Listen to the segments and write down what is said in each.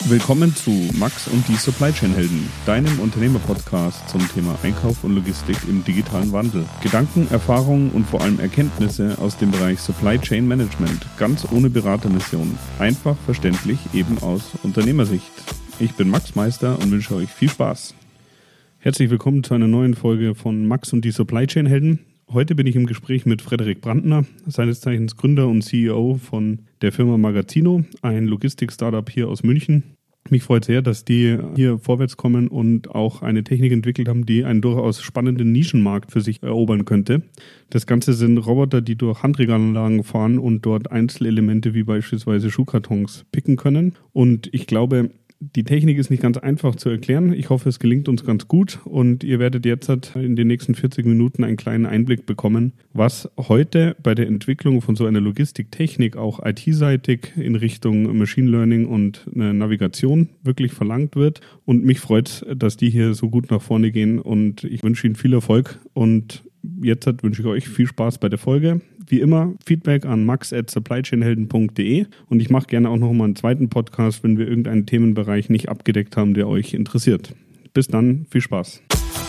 Willkommen zu Max und die Supply Chain Helden, deinem Unternehmer-Podcast zum Thema Einkauf und Logistik im digitalen Wandel. Gedanken, Erfahrungen und vor allem Erkenntnisse aus dem Bereich Supply Chain Management, ganz ohne Beratermission, einfach verständlich eben aus Unternehmersicht. Ich bin Max Meister und wünsche euch viel Spaß. Herzlich willkommen zu einer neuen Folge von Max und die Supply Chain Helden. Heute bin ich im Gespräch mit Frederik Brandner, seines Zeichens Gründer und CEO von der Firma Magazino, ein Logistik-Startup hier aus München. Mich freut sehr, dass die hier vorwärts kommen und auch eine Technik entwickelt haben, die einen durchaus spannenden Nischenmarkt für sich erobern könnte. Das Ganze sind Roboter, die durch Handregalanlagen fahren und dort Einzelelemente wie beispielsweise Schuhkartons picken können. Und ich glaube, die Technik ist nicht ganz einfach zu erklären. Ich hoffe, es gelingt uns ganz gut und ihr werdet jetzt in den nächsten 40 Minuten einen kleinen Einblick bekommen, was heute bei der Entwicklung von so einer Logistiktechnik auch IT-seitig in Richtung Machine Learning und Navigation wirklich verlangt wird. Und mich freut, dass die hier so gut nach vorne gehen und ich wünsche Ihnen viel Erfolg und jetzt wünsche ich euch viel Spaß bei der Folge. Wie immer, Feedback an max@supplychainhelden.de und ich mache gerne auch noch mal einen zweiten Podcast, wenn wir irgendeinen Themenbereich nicht abgedeckt haben, der euch interessiert. Bis dann, viel Spaß.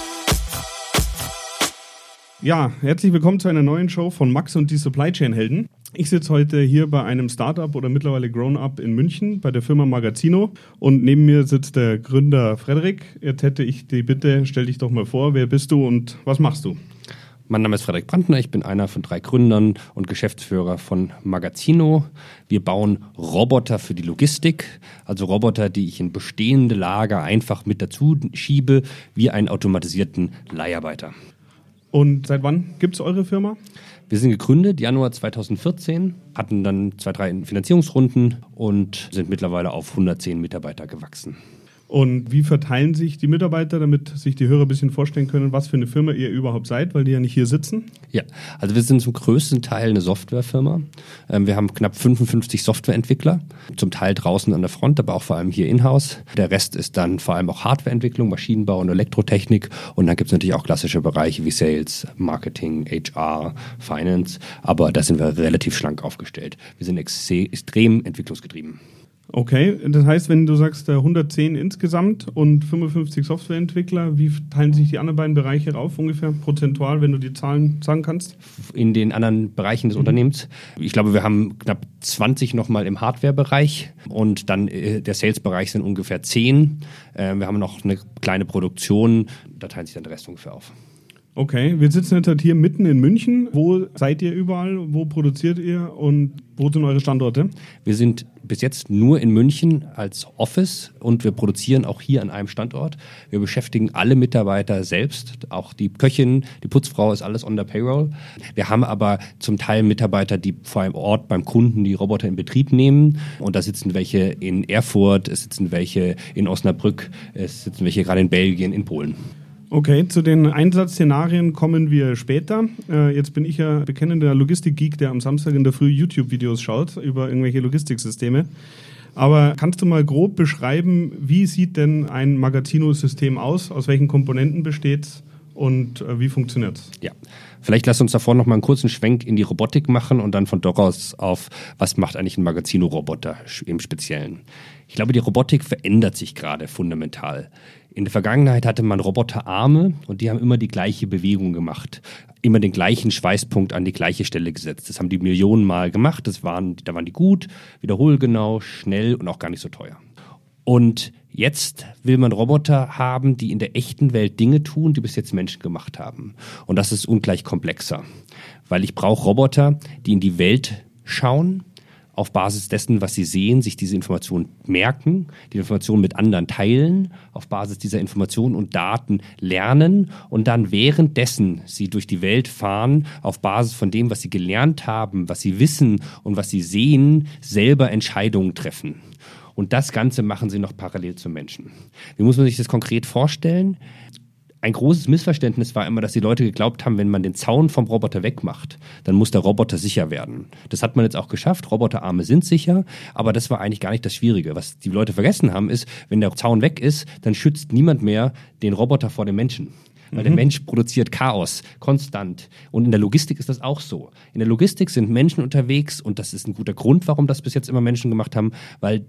Ja, herzlich willkommen zu einer neuen Show von Max und die Supply Chain Helden. Ich sitze heute hier bei einem Startup oder mittlerweile Grown-Up in München bei der Firma Magazino und neben mir sitzt der Gründer Frederik. Jetzt hätte ich die Bitte, stell dich doch mal vor, wer bist du und was machst du? Mein Name ist Frederik Brandner, ich bin einer von 3 Gründern und Geschäftsführer von Magazino. Wir bauen Roboter für die Logistik, also Roboter, die ich in bestehende Lager einfach mit dazu schiebe, wie einen automatisierten Leiharbeiter. Und seit wann gibt es eure Firma? Wir sind gegründet Januar 2014, hatten dann 2, 3 Finanzierungsrunden und sind mittlerweile auf 110 Mitarbeiter gewachsen. Und wie verteilen sich die Mitarbeiter, damit sich die Hörer ein bisschen vorstellen können, was für eine Firma ihr überhaupt seid, weil die ja nicht hier sitzen? Ja, also wir sind zum größten Teil eine Softwarefirma. Wir haben knapp 55 Softwareentwickler, zum Teil draußen an der Front, aber auch vor allem hier in-house. Der Rest ist dann vor allem auch Hardwareentwicklung, Maschinenbau und Elektrotechnik. Und dann gibt es natürlich auch klassische Bereiche wie Sales, Marketing, HR, Finance. Aber da sind wir relativ schlank aufgestellt. Wir sind extrem entwicklungsgetrieben. Okay, das heißt, wenn du sagst 110 insgesamt und 55 Softwareentwickler, wie teilen sich die anderen beiden Bereiche auf ungefähr prozentual, wenn du die Zahlen sagen kannst? In den anderen Bereichen des Unternehmens. Ich glaube, wir haben knapp 20 nochmal im Hardware-Bereich und dann der Sales-Bereich sind ungefähr 10. Wir haben noch eine kleine Produktion, da teilt sich dann der Rest ungefähr auf. Okay, wir sitzen jetzt halt hier mitten in München. Wo seid ihr überall? Wo produziert ihr und wo sind eure Standorte? Wir sind bis jetzt nur in München als Office und wir produzieren auch hier an einem Standort. Wir beschäftigen alle Mitarbeiter selbst, auch die Köchin, die Putzfrau ist alles on der Payroll. Wir haben aber zum Teil Mitarbeiter, die vor einem Ort beim Kunden die Roboter in Betrieb nehmen und da sitzen welche in Erfurt, es sitzen welche in Osnabrück, es sitzen welche gerade in Belgien, in Polen. Okay, zu den Einsatzszenarien kommen wir später. Jetzt bin ich ja bekennender Logistik-Geek, der am Samstag in der Früh YouTube-Videos schaut über irgendwelche Logistiksysteme. Aber kannst du mal grob beschreiben, wie sieht denn ein Magazino-System aus? Aus welchen Komponenten besteht es und wie funktioniert es? Ja, vielleicht lass uns davor noch mal einen kurzen Schwenk in die Robotik machen und dann von dort aus auf, was macht eigentlich ein Magazino-Roboter im Speziellen. Ich glaube, die Robotik verändert sich gerade fundamental. In der Vergangenheit hatte man Roboterarme und die haben immer die gleiche Bewegung gemacht, immer den gleichen Schweißpunkt an die gleiche Stelle gesetzt. Das haben die Millionen Mal gemacht, da waren die gut, wiederholgenau, schnell und auch gar nicht so teuer. Und jetzt will man Roboter haben, die in der echten Welt Dinge tun, die bis jetzt Menschen gemacht haben. Und das ist ungleich komplexer, weil ich brauche Roboter, die in die Welt schauen, auf Basis dessen, was sie sehen, sich diese Informationen merken, die Informationen mit anderen teilen, auf Basis dieser Informationen und Daten lernen und dann währenddessen sie durch die Welt fahren, auf Basis von dem, was sie gelernt haben, was sie wissen und was sie sehen, selber Entscheidungen treffen. Und das Ganze machen sie noch parallel zum Menschen. Wie muss man sich das konkret vorstellen? Ein großes Missverständnis war immer, dass die Leute geglaubt haben, wenn man den Zaun vom Roboter wegmacht, dann muss der Roboter sicher werden. Das hat man jetzt auch geschafft. Roboterarme sind sicher, aber das war eigentlich gar nicht das Schwierige. Was die Leute vergessen haben, ist, wenn der Zaun weg ist, dann schützt niemand mehr den Roboter vor dem Menschen. Weil der Mensch produziert Chaos, konstant. Und in der Logistik ist das auch so. In der Logistik sind Menschen unterwegs und das ist ein guter Grund, warum das bis jetzt immer Menschen gemacht haben, weil der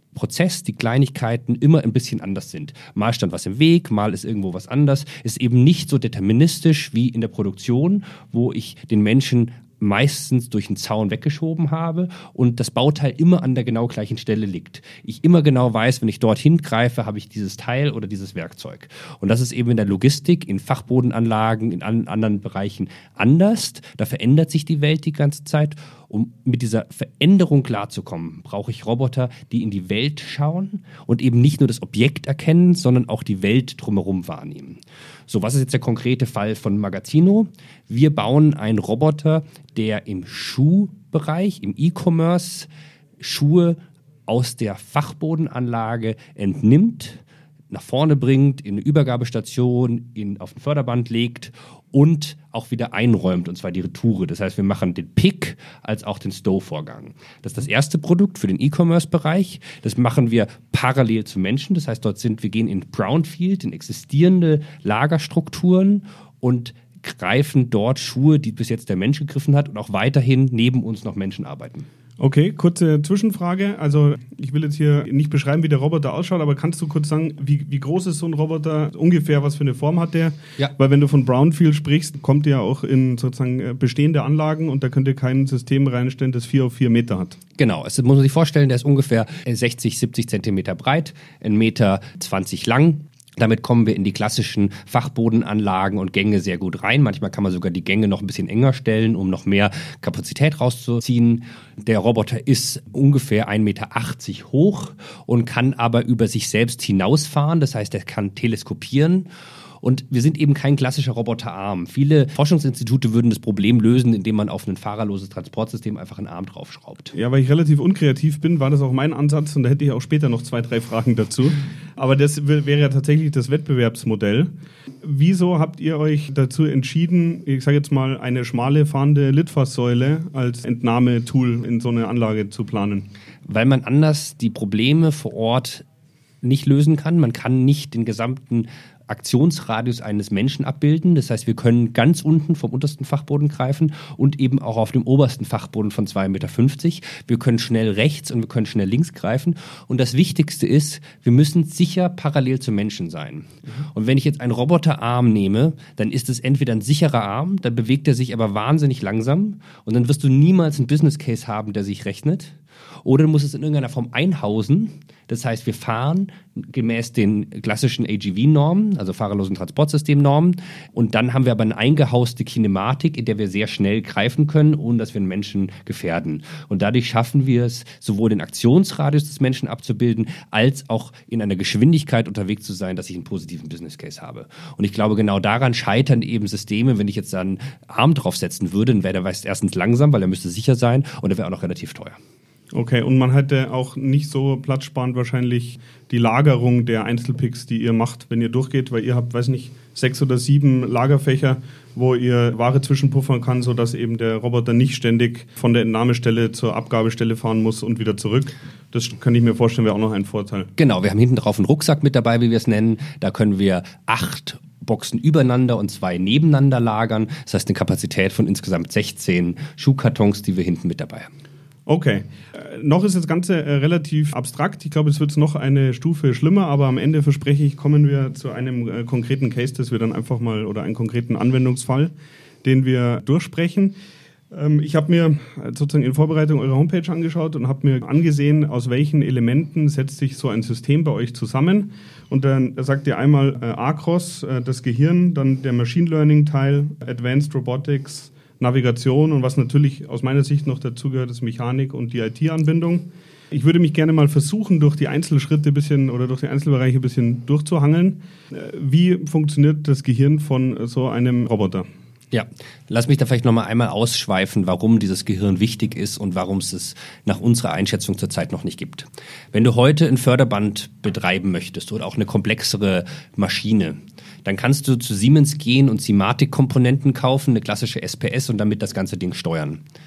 Prozess, die Kleinigkeiten immer ein bisschen anders sind. Mal stand was im Weg, mal ist irgendwo was anders. Ist eben nicht so deterministisch wie in der Produktion, wo ich den Menschen meistens durch einen Zaun weggeschoben habe und das Bauteil immer an der genau gleichen Stelle liegt. Ich immer genau weiß, wenn ich dorthin greife, habe ich dieses Teil oder dieses Werkzeug. Und das ist eben in der Logistik, in Fachbodenanlagen, in anderen Bereichen anders. Da verändert sich die Welt die ganze Zeit. Um mit dieser Veränderung klarzukommen, brauche ich Roboter, die in die Welt schauen und eben nicht nur das Objekt erkennen, sondern auch die Welt drumherum wahrnehmen. So, was ist jetzt der konkrete Fall von Magazino? Wir bauen einen Roboter, der im Schuhbereich, im E-Commerce, Schuhe aus der Fachbodenanlage entnimmt, nach vorne bringt, in eine Übergabestation, auf ein Förderband legt und auch wieder einräumt, und zwar die Retoure. Das heißt, wir machen den Pick als auch den Stow-Vorgang. Das ist das erste Produkt für den E-Commerce-Bereich. Das machen wir parallel zu Menschen. Das heißt, wir gehen in Brownfield, in existierende Lagerstrukturen und greifen dort Schuhe, die bis jetzt der Mensch gegriffen hat und auch weiterhin neben uns noch Menschen arbeiten. Okay, kurze Zwischenfrage. Also ich will jetzt hier nicht beschreiben, wie der Roboter ausschaut, aber kannst du kurz sagen, wie groß ist so ein Roboter, ungefähr was für eine Form hat der? Ja. Weil wenn du von Brownfield sprichst, kommt ihr ja auch in sozusagen bestehende Anlagen und da könnt ihr kein System reinstellen, das 4 auf 4 Meter hat. Genau, es muss man sich vorstellen, der ist ungefähr 60, 70 Zentimeter breit, 1,20 Meter lang. Damit kommen wir in die klassischen Fachbodenanlagen und Gänge sehr gut rein. Manchmal kann man sogar die Gänge noch ein bisschen enger stellen, um noch mehr Kapazität rauszuziehen. Der Roboter ist ungefähr 1,80 Meter hoch und kann aber über sich selbst hinausfahren. Das heißt, er kann teleskopieren. Und wir sind eben kein klassischer Roboterarm. Viele Forschungsinstitute würden das Problem lösen, indem man auf ein fahrerloses Transportsystem einfach einen Arm draufschraubt. Ja, weil ich relativ unkreativ bin, war das auch mein Ansatz und da hätte ich auch später noch 2, 3 Fragen dazu. Aber das wäre ja tatsächlich das Wettbewerbsmodell. Wieso habt ihr euch dazu entschieden, ich sage jetzt mal, eine schmale fahrende Litfaßsäule als Entnahmetool in so eine Anlage zu planen? Weil man anders die Probleme vor Ort nicht lösen kann. Man kann nicht den gesamten Aktionsradius eines Menschen abbilden. Das heißt, wir können ganz unten vom untersten Fachboden greifen und eben auch auf dem obersten Fachboden von 2,50 Meter. Wir können schnell rechts und wir können schnell links greifen. Und das Wichtigste ist, wir müssen sicher parallel zum Menschen sein. Und wenn ich jetzt einen Roboterarm nehme, dann ist es entweder ein sicherer Arm, dann bewegt er sich aber wahnsinnig langsam und dann wirst du niemals einen Business Case haben, der sich rechnet. Oder du musst es in irgendeiner Form einhausen. Das heißt, wir fahren gemäß den klassischen AGV-Normen, also fahrerlosen Transportsystem-Normen. Und dann haben wir aber eine eingehauste Kinematik, in der wir sehr schnell greifen können, ohne dass wir einen Menschen gefährden. Und dadurch schaffen wir es, sowohl den Aktionsradius des Menschen abzubilden, als auch in einer Geschwindigkeit unterwegs zu sein, dass ich einen positiven Business Case habe. Und ich glaube, genau daran scheitern eben Systeme. Wenn ich jetzt da einen Arm draufsetzen würde, dann wäre der erstens langsam, weil er müsste sicher sein und er wäre auch noch relativ teuer. Okay, und man hätte auch nicht so platzsparend wahrscheinlich die Lagerung der Einzelpicks, die ihr macht, wenn ihr durchgeht, weil ihr habt, 6 oder 7 Lagerfächer, wo ihr Ware zwischenpuffern kann, sodass eben der Roboter nicht ständig von der Entnahmestelle zur Abgabestelle fahren muss und wieder zurück. Das kann ich mir vorstellen, wäre auch noch ein Vorteil. Genau, wir haben hinten drauf einen Rucksack mit dabei, wie wir es nennen. Da können wir 8 Boxen übereinander und 2 nebeneinander lagern. Das heißt eine Kapazität von insgesamt 16 Schuhkartons, die wir hinten mit dabei haben. Okay. Noch ist das Ganze relativ abstrakt. Ich glaube, es wird noch eine Stufe schlimmer, aber am Ende verspreche ich, kommen wir zu einem konkreten Case, das wir dann einfach mal, oder einen konkreten Anwendungsfall, den wir durchsprechen. Ich habe mir sozusagen in Vorbereitung eure Homepage angeschaut und habe mir angesehen, aus welchen Elementen setzt sich so ein System bei euch zusammen. Und dann sagt ihr einmal Acros, das Gehirn, dann der Machine Learning Teil, Advanced Robotics, Navigation und was natürlich aus meiner Sicht noch dazu gehört, ist Mechanik und die IT-Anbindung. Ich würde mich gerne mal versuchen, durch die Einzelschritte ein bisschen oder durch die Einzelbereiche ein bisschen durchzuhangeln. Wie funktioniert das Gehirn von so einem Roboter? Ja, lass mich da vielleicht nochmal einmal ausschweifen, warum dieses Gehirn wichtig ist und warum es nach unserer Einschätzung zurzeit noch nicht gibt. Wenn du heute ein Förderband betreiben möchtest oder auch eine komplexere Maschine, dann kannst du zu Siemens gehen und Simatic-Komponenten kaufen, eine klassische SPS und damit das ganze Ding steuern.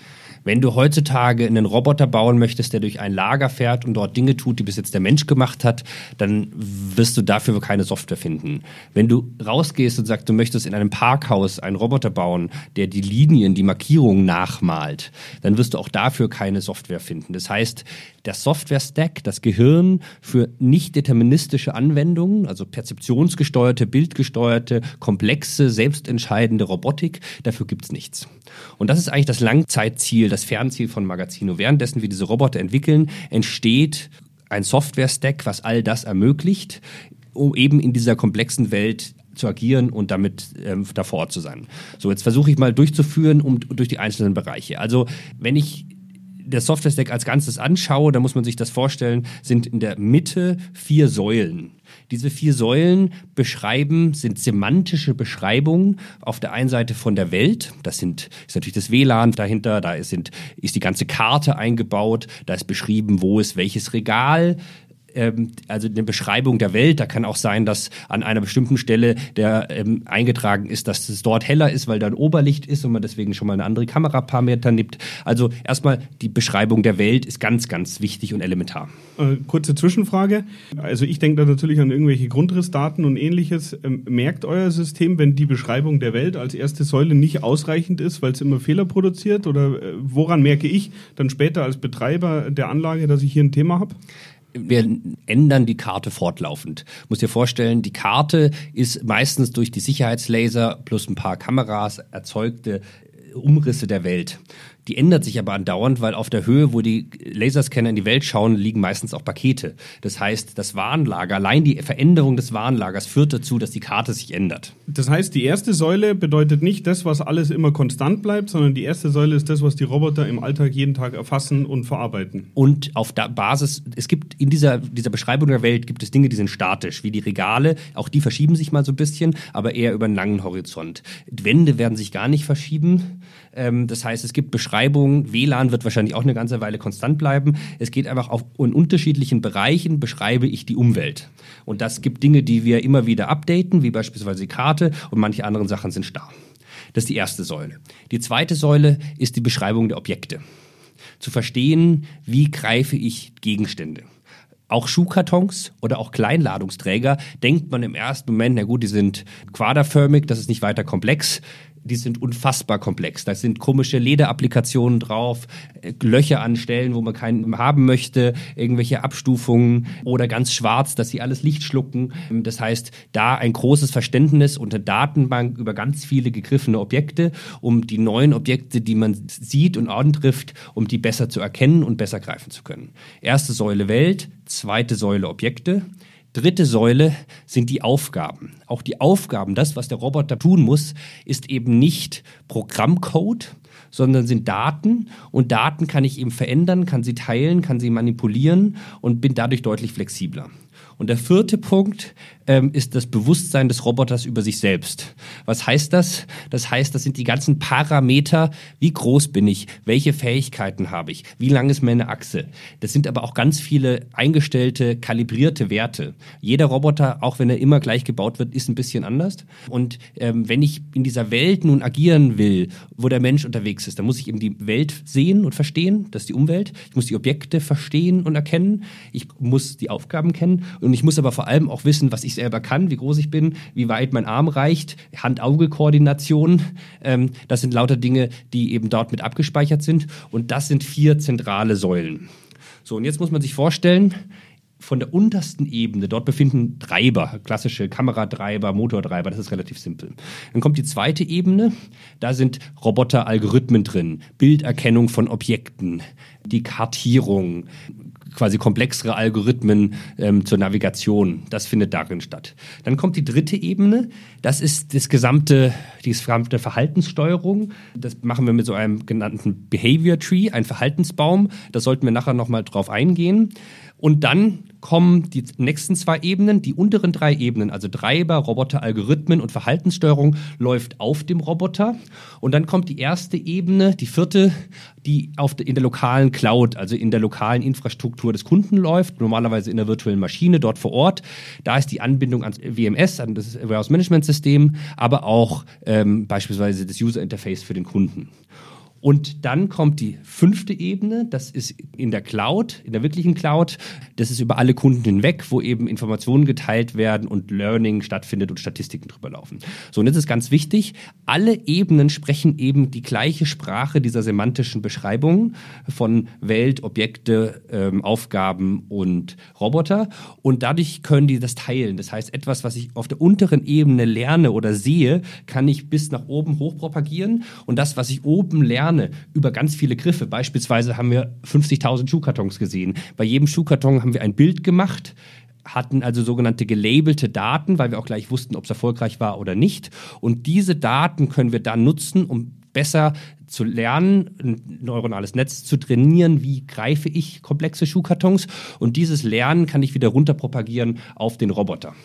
Wenn du heutzutage einen Roboter bauen möchtest, der durch ein Lager fährt und dort Dinge tut, die bis jetzt der Mensch gemacht hat, dann wirst du dafür keine Software finden. Wenn du rausgehst und sagst, du möchtest in einem Parkhaus einen Roboter bauen, der die Linien, die Markierungen nachmalt, dann wirst du auch dafür keine Software finden. Das heißt, der Software-Stack, das Gehirn für nicht deterministische Anwendungen, also perzeptionsgesteuerte, bildgesteuerte, komplexe, selbstentscheidende Robotik, dafür gibt's nichts. Und das ist eigentlich das Langzeitziel, das Fernziel von Magazino. Währenddessen wir diese Roboter entwickeln, entsteht ein Software-Stack, was all das ermöglicht, um eben in dieser komplexen Welt zu agieren und damit da vor Ort zu sein. So, jetzt versuche ich mal durchzuführen durch die einzelnen Bereiche. Also, wenn ich das Software-Stack als Ganzes anschaue, dann muss man sich das vorstellen, sind in der Mitte 4 Säulen. Diese 4 Säulen sind semantische Beschreibungen auf der einen Seite von der Welt. Ist natürlich das WLAN dahinter, da ist die ganze Karte eingebaut, da ist beschrieben, wo ist welches Regal. Also eine Beschreibung der Welt, da kann auch sein, dass an einer bestimmten Stelle eingetragen ist, dass es dort heller ist, weil da ein Oberlicht ist und man deswegen schon mal eine andere Kameraparameter nimmt. Also erstmal die Beschreibung der Welt ist ganz, ganz wichtig und elementar. Kurze Zwischenfrage. Also ich denke da natürlich an irgendwelche Grundrissdaten und ähnliches. Merkt euer System, wenn die Beschreibung der Welt als erste Säule nicht ausreichend ist, weil es immer Fehler produziert? Oder woran merke ich dann später als Betreiber der Anlage, dass ich hier ein Thema habe? Wir ändern die Karte fortlaufend. Muss dir vorstellen, die Karte ist meistens durch die Sicherheitslaser plus ein paar Kameras erzeugte Umrisse der Welt. Die ändert sich aber andauernd, weil auf der Höhe, wo die Laserscanner in die Welt schauen, liegen meistens auch Pakete. Das heißt, das Warnlager, allein die Veränderung des Warnlagers führt dazu, dass die Karte sich ändert. Das heißt, die erste Säule bedeutet nicht das, was alles immer konstant bleibt, sondern die erste Säule ist das, was die Roboter im Alltag jeden Tag erfassen und verarbeiten. Und auf der Basis, es gibt in dieser Beschreibung der Welt gibt es Dinge, die sind statisch, wie die Regale. Auch die verschieben sich mal so ein bisschen, aber eher über einen langen Horizont. Die Wände werden sich gar nicht verschieben. Das heißt, es gibt Beschreibungen, WLAN wird wahrscheinlich auch eine ganze Weile konstant bleiben. Es geht einfach in unterschiedlichen Bereichen beschreibe ich die Umwelt. Und das gibt Dinge, die wir immer wieder updaten, wie beispielsweise die Karte, und manche anderen Sachen sind starr. Das ist die erste Säule. Die zweite Säule ist die Beschreibung der Objekte. Zu verstehen, wie greife ich Gegenstände. Auch Schuhkartons oder auch Kleinladungsträger denkt man im ersten Moment, na gut, die sind quaderförmig, das ist nicht weiter komplex. Die sind unfassbar komplex. Da sind komische Lederapplikationen drauf, Löcher an Stellen, wo man keinen haben möchte, irgendwelche Abstufungen oder ganz schwarz, dass sie alles Licht schlucken. Das heißt, da ein großes Verständnis und eine Datenbank über ganz viele gegriffene Objekte, um die neuen Objekte, die man sieht und antrifft, um die besser zu erkennen und besser greifen zu können. Erste Säule Welt, zweite Säule Objekte. Dritte Säule sind die Aufgaben. Auch die Aufgaben, das, was der Roboter tun muss, ist eben nicht Programmcode, sondern sind Daten. Und Daten kann ich eben verändern, kann sie teilen, kann sie manipulieren und bin dadurch deutlich flexibler. Und der vierte Punkt ist das Bewusstsein des Roboters über sich selbst. Was heißt das? Das heißt, das sind die ganzen Parameter. Wie groß bin ich? Welche Fähigkeiten habe ich? Wie lang ist meine Achse? Das sind aber auch ganz viele eingestellte, kalibrierte Werte. Jeder Roboter, auch wenn er immer gleich gebaut wird, ist ein bisschen anders. Und wenn ich in dieser Welt nun agieren will, wo der Mensch unterwegs ist, dann muss ich eben die Welt sehen und verstehen. Das ist die Umwelt. Ich muss die Objekte verstehen und erkennen. Ich muss die Aufgaben kennen. Und ich muss aber vor allem auch wissen, was ich selber kann, wie groß ich bin, wie weit mein Arm reicht, Hand-Auge-Koordination. Das sind lauter Dinge, die eben dort mit abgespeichert sind. Und das sind 4 zentrale Säulen. So, und jetzt muss man sich vorstellen, von der untersten Ebene, dort befinden Treiber, klassische Kameratreiber, Motortreiber, das ist relativ simpel. Dann kommt die zweite Ebene, da sind Roboter-Algorithmen drin, Bilderkennung von Objekten, die Kartierung, quasi komplexere Algorithmen zur Navigation. Das findet darin statt. Dann kommt die dritte Ebene. Das ist die gesamte Verhaltenssteuerung. Das machen wir mit so einem genannten Behavior Tree, ein Verhaltensbaum. Da sollten wir nachher nochmal drauf eingehen. Und dann kommen die nächsten 2 Ebenen, die unteren 3 Ebenen, also Treiber, Roboter, Algorithmen und Verhaltenssteuerung läuft auf dem Roboter. Und dann kommt die erste Ebene, die vierte, die in der lokalen Cloud, also in der lokalen Infrastruktur des Kunden läuft, normalerweise in der virtuellen Maschine dort vor Ort. Da ist die Anbindung ans WMS, an das Warehouse Management System, aber auch beispielsweise das User Interface für den Kunden. Und dann kommt die 5. Ebene, das ist in der Cloud, in der wirklichen Cloud. Das ist über alle Kunden hinweg, wo eben Informationen geteilt werden und Learning stattfindet und Statistiken drüber laufen. So, und jetzt ist ganz wichtig, alle Ebenen sprechen eben die gleiche Sprache dieser semantischen Beschreibungen von Welt, Objekte, Aufgaben und Roboter. Und dadurch können die das teilen. Das heißt, etwas, was ich auf der unteren Ebene lerne oder sehe, kann ich bis nach oben hoch propagieren. Und das, was ich oben lerne, über ganz viele Griffe. Beispielsweise haben wir 50.000 Schuhkartons gesehen. Bei jedem Schuhkarton haben wir ein Bild gemacht, hatten also sogenannte gelabelte Daten, weil wir auch gleich wussten, ob es erfolgreich war oder nicht. Und diese Daten können wir dann nutzen, um besser zu lernen, ein neuronales Netz zu trainieren, wie greife ich komplexe Schuhkartons. Und dieses Lernen kann ich wieder runter propagieren auf den Roboter.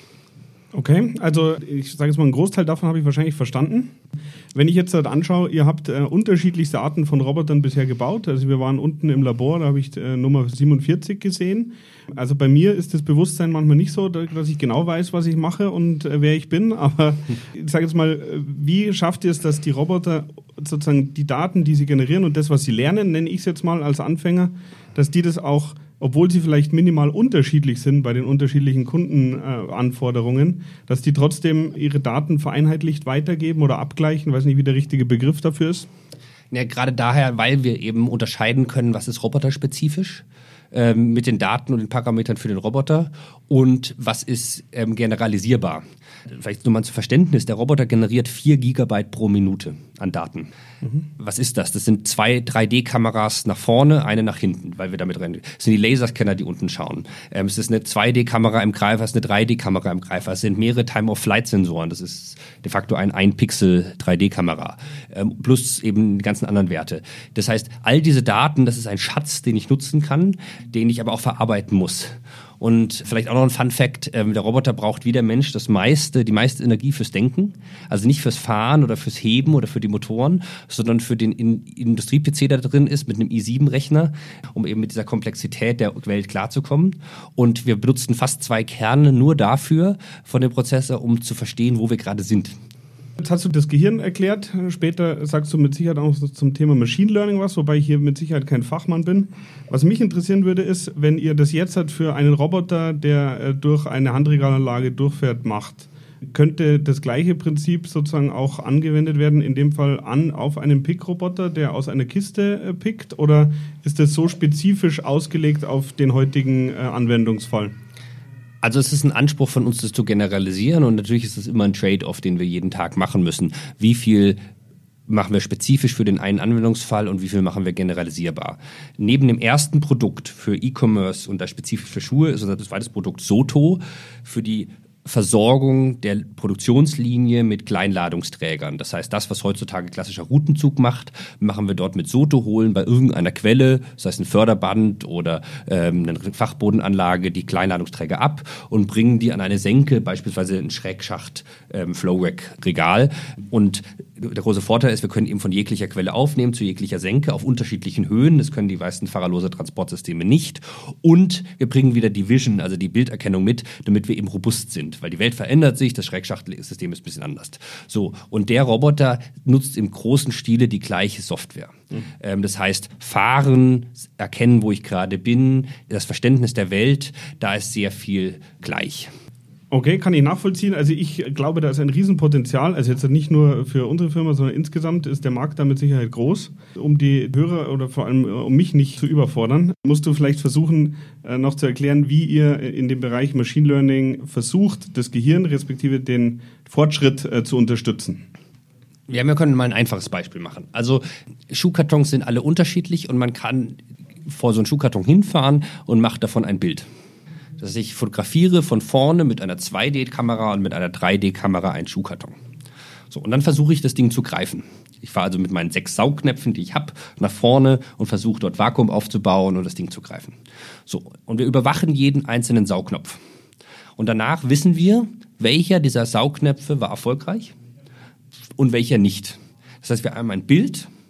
Okay, also ich sage jetzt mal, einen Großteil davon habe ich wahrscheinlich verstanden. Wenn ich jetzt anschaue, ihr habt unterschiedlichste Arten von Robotern bisher gebaut. Also wir waren unten im Labor, da habe ich Nummer 47 gesehen. Also bei mir ist das Bewusstsein manchmal nicht so, dass ich genau weiß, was ich mache und wer ich bin. Aber ich sage jetzt mal, wie schafft ihr es, dass die Roboter sozusagen die Daten, die sie generieren und das, was sie lernen, nenne ich es jetzt mal als Anfänger, dass die das auch, obwohl sie vielleicht minimal unterschiedlich sind bei den unterschiedlichen Kundenanforderungen, dass die trotzdem ihre Daten vereinheitlicht weitergeben oder abgleichen? Ich weiß nicht, wie der richtige Begriff dafür ist. Ja, gerade daher, weil wir eben unterscheiden können, was ist roboterspezifisch mit den Daten und den Parametern für den Roboter und was ist generalisierbar. Vielleicht nur mal zum Verständnis, der Roboter generiert 4 Gigabyte pro Minute an Daten. Was ist das? Das sind 2 3D-Kameras nach vorne, eine nach hinten, weil wir damit rennen. Das sind die Laserscanner, die unten schauen. Es ist eine 2D-Kamera im Greifer, es ist eine 3D-Kamera im Greifer. Es sind mehrere Time-of-Flight-Sensoren. Das ist de facto ein 1-Pixel-3D-Kamera. Plus eben die ganzen anderen Werte. Das heißt, all diese Daten, das ist ein Schatz, den ich nutzen kann, den ich aber auch verarbeiten muss. Und vielleicht auch noch ein Fun-Fact, der Roboter braucht wie der Mensch die meiste Energie fürs Denken. Also nicht fürs Fahren oder fürs Heben oder für die Motoren, sondern für den Industrie-PC, der da drin ist, mit einem i7-Rechner, um eben mit dieser Komplexität der Welt klarzukommen. Und wir benutzen fast 2 Kerne nur dafür von dem Prozessor, um zu verstehen, wo wir gerade sind. Jetzt hast du das Gehirn erklärt. Später sagst du mit Sicherheit auch zum Thema Machine Learning was, wobei ich hier mit Sicherheit kein Fachmann bin. Was mich interessieren würde, ist, wenn ihr das jetzt halt für einen Roboter, der durch eine Handregalanlage durchfährt, macht, könnte das gleiche Prinzip sozusagen auch angewendet werden, in dem Fall auf einen Pick-Roboter, der aus einer Kiste pickt? Oder ist das so spezifisch ausgelegt auf den heutigen Anwendungsfall? Also es ist ein Anspruch von uns, das zu generalisieren und natürlich ist es immer ein Trade-off, den wir jeden Tag machen müssen. Wie viel machen wir spezifisch für den einen Anwendungsfall und wie viel machen wir generalisierbar? Neben dem ersten Produkt für E-Commerce und da spezifisch für Schuhe ist unser zweites Produkt Soto für die Versorgung der Produktionslinie mit Kleinladungsträgern. Das heißt, das, was heutzutage klassischer Routenzug macht, machen wir dort mit Soto holen bei irgendeiner Quelle, das heißt ein Förderband oder eine Fachbodenanlage, die Kleinladungsträger ab und bringen die an eine Senke, beispielsweise ein Schrägschacht Flow-Rack-Regal. Und der große Vorteil ist, wir können eben von jeglicher Quelle aufnehmen, zu jeglicher Senke auf unterschiedlichen Höhen. Das können die meisten fahrerlose Transportsysteme nicht. Und wir bringen wieder die Vision, also die Bilderkennung mit, damit wir eben robust sind. Weil die Welt verändert sich, das Schrägschacht-System ist ein bisschen anders. So, und der Roboter nutzt im großen Stile die gleiche Software. Das heißt, fahren, erkennen, wo ich gerade bin, das Verständnis der Welt, da ist sehr viel gleich. Okay, kann ich nachvollziehen. Also ich glaube, da ist ein Riesenpotenzial. Also jetzt nicht nur für unsere Firma, sondern insgesamt ist der Markt da mit Sicherheit groß. Um die Hörer oder vor allem um mich nicht zu überfordern, musst du vielleicht versuchen, noch zu erklären, wie ihr in dem Bereich Machine Learning versucht, das Gehirn respektive den Fortschritt zu unterstützen. Ja, wir können mal ein einfaches Beispiel machen. Also Schuhkartons sind alle unterschiedlich und man kann vor so einen Schuhkarton hinfahren und macht davon ein Bild. Dass ich fotografiere von vorne mit einer 2D-Kamera und mit einer 3D-Kamera einen Schuhkarton. So, und dann versuche ich, das Ding zu greifen. Ich fahre also mit meinen 6 Saugnäpfen, die ich habe, nach vorne und versuche dort Vakuum aufzubauen und das Ding zu greifen. So, und wir überwachen jeden einzelnen Saugnapf. Und danach wissen wir, welcher dieser Saugnäpfe war erfolgreich und welcher nicht. Das heißt, wir haben ein Bild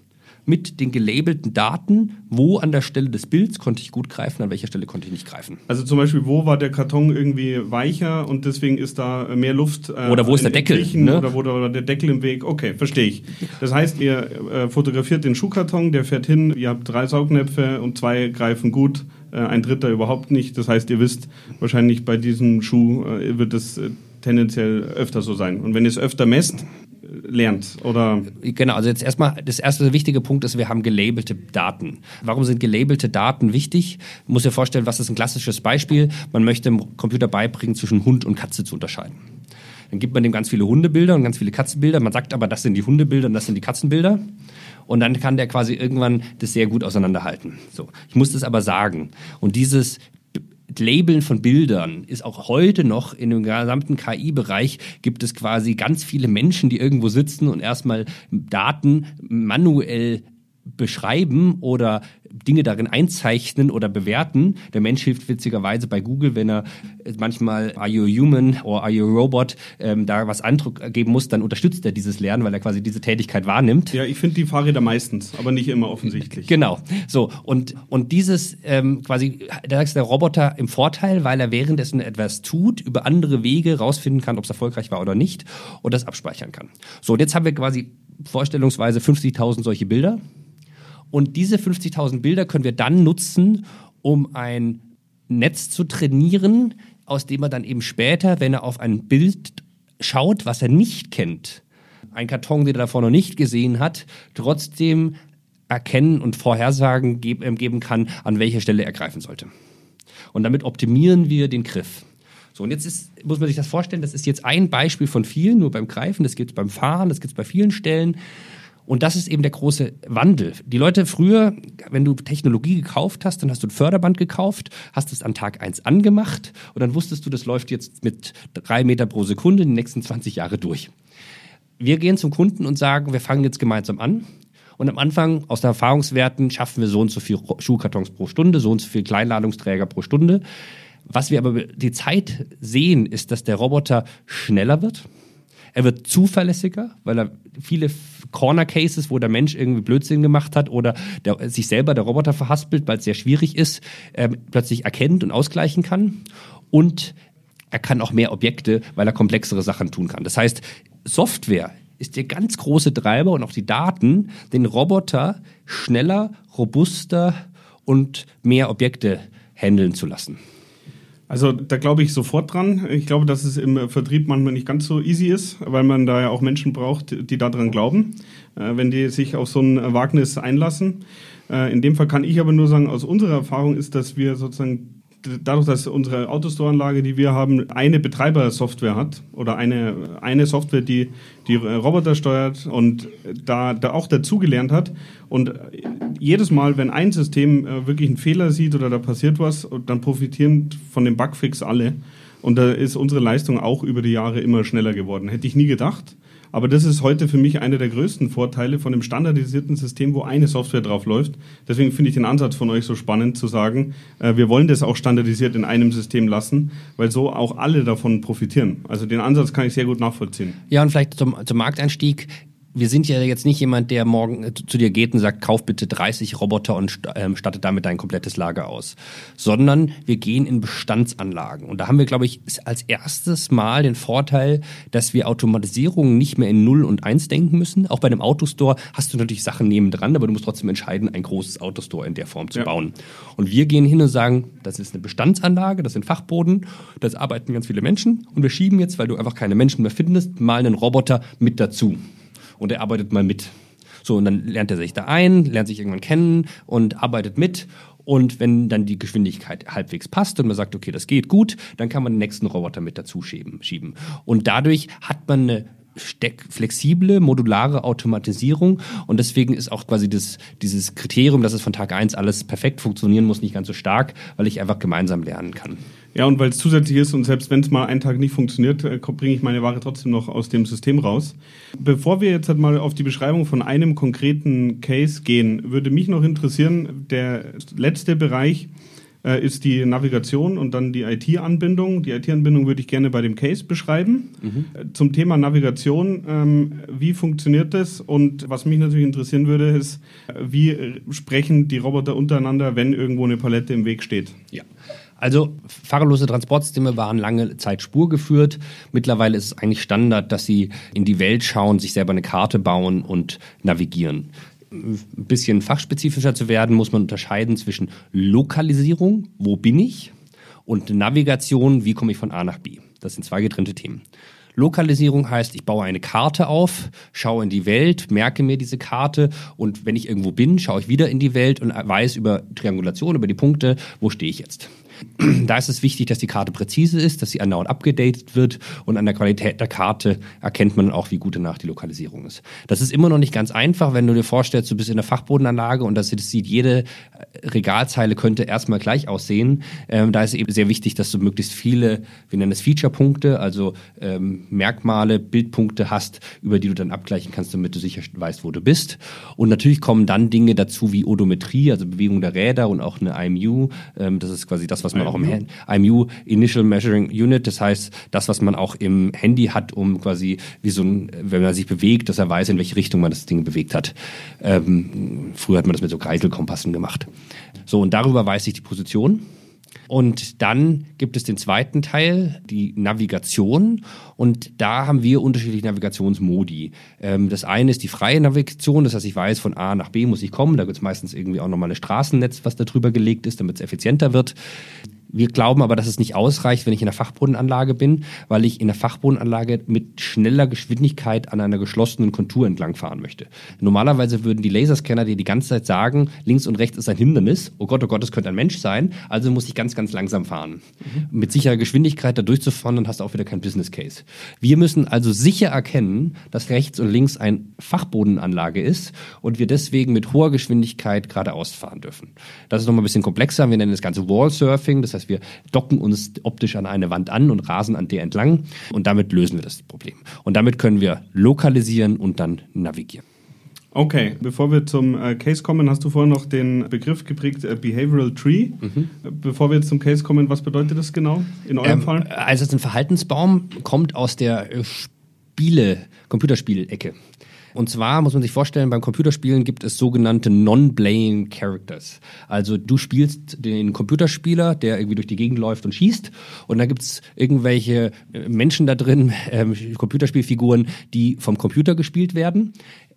mit den gelabelten Daten, wo an der Stelle des Bilds konnte ich gut greifen, an welcher Stelle konnte ich nicht greifen. Also zum Beispiel, wo war der Karton irgendwie weicher und deswegen ist da mehr Luft. Oder wo ist der Deckel? Ne? Oder wo war der Deckel im Weg? Okay, verstehe ich. Das heißt, ihr fotografiert den Schuhkarton, der fährt hin, ihr habt 3 Saugnäpfe und 2 greifen gut, ein dritter überhaupt nicht. Das heißt, ihr wisst, wahrscheinlich bei diesem Schuh wird es tendenziell öfter so sein. Und wenn ihr es öfter messt, lernt, oder? Genau, also jetzt erstmal, das erste wichtige Punkt ist, wir haben gelabelte Daten. Warum sind gelabelte Daten wichtig? Ich muss dir vorstellen, was ist ein klassisches Beispiel? Man möchte dem Computer beibringen, zwischen Hund und Katze zu unterscheiden. Dann gibt man dem ganz viele Hundebilder und ganz viele Katzenbilder. Man sagt aber, das sind die Hundebilder und das sind die Katzenbilder. Und dann kann der quasi irgendwann das sehr gut auseinanderhalten. So, ich muss das aber sagen. Und dieses Labeln von Bildern ist auch heute noch in dem gesamten KI-Bereich, gibt es quasi ganz viele Menschen, die irgendwo sitzen und erstmal Daten manuell beschreiben oder Dinge darin einzeichnen oder bewerten. Der Mensch hilft witzigerweise bei Google, wenn er manchmal "Are you human" oder "Are you a robot" da was Eindruck geben muss, dann unterstützt er dieses Lernen, weil er quasi diese Tätigkeit wahrnimmt. Ja, ich finde die Fahrräder meistens, aber nicht immer offensichtlich. Genau. So, und dieses quasi, da ist der Roboter im Vorteil, weil er währenddessen etwas tut, über andere Wege rausfinden kann, ob es erfolgreich war oder nicht und das abspeichern kann. So, und jetzt haben wir quasi vorstellungsweise 50.000 solche Bilder. Und diese 50.000 Bilder können wir dann nutzen, um ein Netz zu trainieren, aus dem er dann eben später, wenn er auf ein Bild schaut, was er nicht kennt, ein Karton, den er davor noch nicht gesehen hat, trotzdem erkennen und Vorhersagen geben kann, an welcher Stelle er greifen sollte. Und damit optimieren wir den Griff. So, und jetzt muss man sich das vorstellen, das ist jetzt ein Beispiel von vielen, nur beim Greifen, das gibt es beim Fahren, das gibt es bei vielen Stellen. Und das ist eben der große Wandel. Die Leute früher, wenn du Technologie gekauft hast, dann hast du ein Förderband gekauft, hast es an Tag 1 angemacht und dann wusstest du, das läuft jetzt mit 3 Meter pro Sekunde die nächsten 20 Jahre durch. Wir gehen zum Kunden und sagen, wir fangen jetzt gemeinsam an. Und am Anfang, aus den Erfahrungswerten, schaffen wir so und so viel Schuhkartons pro Stunde, so und so viel Kleinladungsträger pro Stunde. Was wir aber die Zeit sehen, ist, dass der Roboter schneller wird. Er wird zuverlässiger, weil er viele Corner Cases, wo der Mensch irgendwie Blödsinn gemacht hat oder sich selber der Roboter verhaspelt, weil es sehr schwierig ist, plötzlich erkennt und ausgleichen kann. Und er kann auch mehr Objekte, weil er komplexere Sachen tun kann. Das heißt, Software ist der ganz große Treiber und auch die Daten, den Roboter schneller, robuster und mehr Objekte handeln zu lassen. Also da glaube ich sofort dran. Ich glaube, dass es im Vertrieb manchmal nicht ganz so easy ist, weil man da ja auch Menschen braucht, die daran glauben, wenn die sich auf so ein Wagnis einlassen. In dem Fall kann ich aber nur sagen, aus unserer Erfahrung ist, dass wir sozusagen dadurch, dass unsere Autostore-Anlage, die wir haben, eine Betreibersoftware hat oder eine Software, die Roboter steuert und da auch dazugelernt hat. Und jedes Mal, wenn ein System wirklich einen Fehler sieht oder da passiert was, dann profitieren von dem Bugfix alle. Und da ist unsere Leistung auch über die Jahre immer schneller geworden. Hätte ich nie gedacht. Aber das ist heute für mich einer der größten Vorteile von einem standardisierten System, wo eine Software drauf läuft. Deswegen finde ich den Ansatz von euch so spannend zu sagen, wir wollen das auch standardisiert in einem System lassen, weil so auch alle davon profitieren. Also den Ansatz kann ich sehr gut nachvollziehen. Ja, und vielleicht zum Markteinstieg. Wir sind ja jetzt nicht jemand, der morgen zu dir geht und sagt, kauf bitte 30 Roboter und stattet damit dein komplettes Lager aus. Sondern wir gehen in Bestandsanlagen. Und da haben wir, glaube ich, als erstes Mal den Vorteil, dass wir Automatisierung nicht mehr in 0 und 1 denken müssen. Auch bei einem Autostore hast du natürlich Sachen nebendran, aber du musst trotzdem entscheiden, ein großes Autostore in der Form zu bauen. Und wir gehen hin und sagen, das ist eine Bestandsanlage, das sind Fachboden, das arbeiten ganz viele Menschen. Und wir schieben jetzt, weil du einfach keine Menschen mehr findest, mal einen Roboter mit dazu. Und er arbeitet mal mit. So, und dann lernt er sich da ein, lernt sich irgendwann kennen und arbeitet mit. Und wenn dann die Geschwindigkeit halbwegs passt und man sagt, okay, das geht gut, dann kann man den nächsten Roboter mit dazu schieben. Und dadurch hat man eine flexible, modulare Automatisierung. Und deswegen ist auch quasi dieses Kriterium, dass es von Tag 1 alles perfekt funktionieren muss, nicht ganz so stark, weil ich einfach gemeinsam lernen kann. Ja, und weil es zusätzlich ist und selbst wenn es mal einen Tag nicht funktioniert, bringe ich meine Ware trotzdem noch aus dem System raus. Bevor wir jetzt halt mal auf die Beschreibung von einem konkreten Case gehen, würde mich noch interessieren, der letzte Bereich, ist die Navigation und dann die IT-Anbindung. Die IT-Anbindung würde ich gerne bei dem Case beschreiben. Zum Thema Navigation, wie funktioniert das? Und was mich natürlich interessieren würde, ist, wie sprechen die Roboter untereinander, wenn irgendwo eine Palette im Weg steht? Ja. Also fahrerlose Transportsysteme waren lange Zeit spurgeführt. Mittlerweile ist es eigentlich Standard, dass sie in die Welt schauen, sich selber eine Karte bauen und navigieren. Ein bisschen fachspezifischer zu werden, muss man unterscheiden zwischen Lokalisierung, wo bin ich, und Navigation, wie komme ich von A nach B. Das sind zwei getrennte Themen. Lokalisierung heißt, ich baue eine Karte auf, schaue in die Welt, merke mir diese Karte und wenn ich irgendwo bin, schaue ich wieder in die Welt und weiß über Triangulation, über die Punkte, wo stehe ich jetzt. Da ist es wichtig, dass die Karte präzise ist, dass sie andauernd abgedatet wird und an der Qualität der Karte erkennt man auch, wie gut danach die Lokalisierung ist. Das ist immer noch nicht ganz einfach, wenn du dir vorstellst, du bist in der Fachbodenanlage und das sieht, jede Regalzeile könnte erstmal gleich aussehen. Da ist eben sehr wichtig, dass du möglichst viele, wir nennen es Feature-Punkte, also Merkmale, Bildpunkte hast, über die du dann abgleichen kannst, damit du sicher weißt, wo du bist. Und natürlich kommen dann Dinge dazu wie Odometrie, also Bewegung der Räder und auch eine IMU. Das ist quasi das, was man auch im IMU, Initial Measuring Unit, das heißt, das, was man auch im Handy hat, um quasi wie so ein, wenn man sich bewegt, dass er weiß, in welche Richtung man das Ding bewegt hat. Früher hat man das mit so Kreiselkompassen gemacht. So, und darüber weiß ich die Position. Und dann gibt es den zweiten Teil, die Navigation. Und da haben wir unterschiedliche Navigationsmodi. Das eine ist die freie Navigation, das heißt, ich weiß, von A nach B muss ich kommen. Da gibt es meistens irgendwie auch nochmal ein Straßennetz, was da drüber gelegt ist, damit es effizienter wird. Wir glauben aber, dass es nicht ausreicht, wenn ich in der Fachbodenanlage bin, weil ich in der Fachbodenanlage mit schneller Geschwindigkeit an einer geschlossenen Kontur entlang fahren möchte. Normalerweise würden die Laserscanner dir die ganze Zeit sagen, links und rechts ist ein Hindernis. Oh Gott, es könnte ein Mensch sein. Also muss ich ganz, ganz langsam fahren. Mit sicherer Geschwindigkeit da durchzufahren, dann hast du auch wieder kein Business Case. Wir müssen also sicher erkennen, dass rechts und links eine Fachbodenanlage ist und wir deswegen mit hoher Geschwindigkeit geradeaus fahren dürfen. Das ist nochmal ein bisschen komplexer. Wir nennen das Ganze Wall-Surfing. Das heißt, wir docken uns optisch an eine Wand an und rasen an der entlang und damit lösen wir das Problem. Und damit können wir lokalisieren und dann navigieren. Okay, bevor wir zum Case kommen, hast du vorhin noch den Begriff geprägt, Behavioral Tree. Bevor wir jetzt zum Case kommen, was bedeutet das genau in eurem Fall? Also ein Verhaltensbaum kommt aus der Computerspielecke. Und zwar muss man sich vorstellen, beim Computerspielen gibt es sogenannte Non-Playing Characters. Also du spielst den Computerspieler, der irgendwie durch die Gegend läuft und schießt. Und dann gibt es irgendwelche Menschen da drin, Computerspielfiguren, die vom Computer gespielt werden.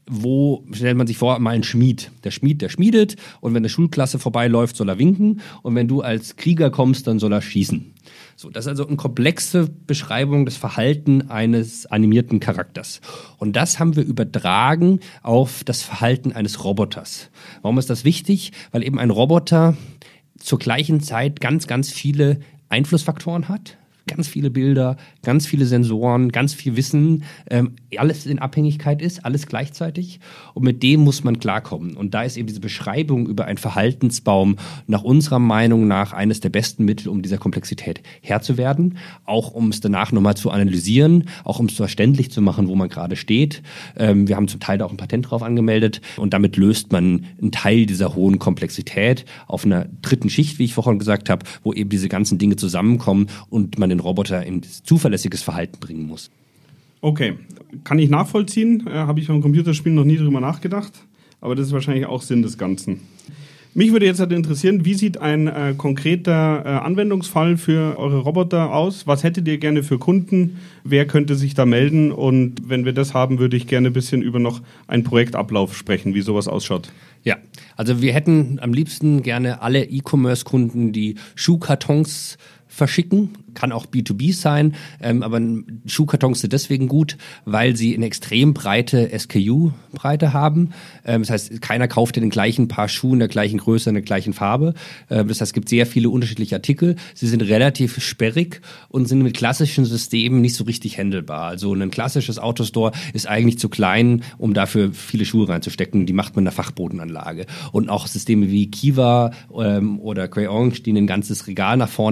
Wo stellt man sich vor, mal ein Schmied. Der Schmied, der schmiedet und wenn eine Schulklasse vorbeiläuft, soll er winken und wenn du als Krieger kommst, dann soll er schießen. So, das ist also eine komplexe Beschreibung des Verhaltens eines animierten Charakters. Und das haben wir übertragen auf das Verhalten eines Roboters. Warum ist das wichtig? Weil eben ein Roboter zur gleichen Zeit ganz, ganz viele Einflussfaktoren hat. Ganz viele Bilder, ganz viele Sensoren, ganz viel Wissen, alles in Abhängigkeit ist, alles gleichzeitig und mit dem muss man klarkommen. Und da ist eben diese Beschreibung über einen Verhaltensbaum nach unserer Meinung nach eines der besten Mittel, um dieser Komplexität Herr zu werden, auch um es danach nochmal zu analysieren, auch um es verständlich zu machen, wo man gerade steht. Wir haben zum Teil da auch ein Patent drauf angemeldet und damit löst man einen Teil dieser hohen Komplexität auf einer dritten Schicht, wie ich vorhin gesagt habe, wo eben diese ganzen Dinge zusammenkommen und man den Roboter in zuverlässiges Verhalten bringen muss. Okay, kann ich nachvollziehen. Habe ich beim Computerspielen noch nie drüber nachgedacht, aber das ist wahrscheinlich auch Sinn des Ganzen. Mich würde jetzt halt interessieren, wie sieht ein konkreter Anwendungsfall für eure Roboter aus? Was hättet ihr gerne für Kunden? Wer könnte sich da melden? Und wenn wir das haben, würde ich gerne ein bisschen über noch einen Projektablauf sprechen, wie sowas ausschaut. Ja, also wir hätten am liebsten gerne alle E-Commerce-Kunden, die Schuhkartons verschicken, kann auch B2B sein, aber Schuhkartons sind deswegen gut, weil sie eine extrem breite SKU-Breite haben. Das heißt, keiner kauft den gleichen Paar Schuhe in der gleichen Größe, in der gleichen Farbe. Das heißt, es gibt sehr viele unterschiedliche Artikel. Sie sind relativ sperrig und sind mit klassischen Systemen nicht so richtig handelbar. Also ein klassisches Autostore ist eigentlich zu klein, um dafür viele Schuhe reinzustecken. Die macht man in der Fachbodenanlage. Und auch Systeme wie Kiva oder Grey Orange, die ein ganzes Regal nach vorne bringen,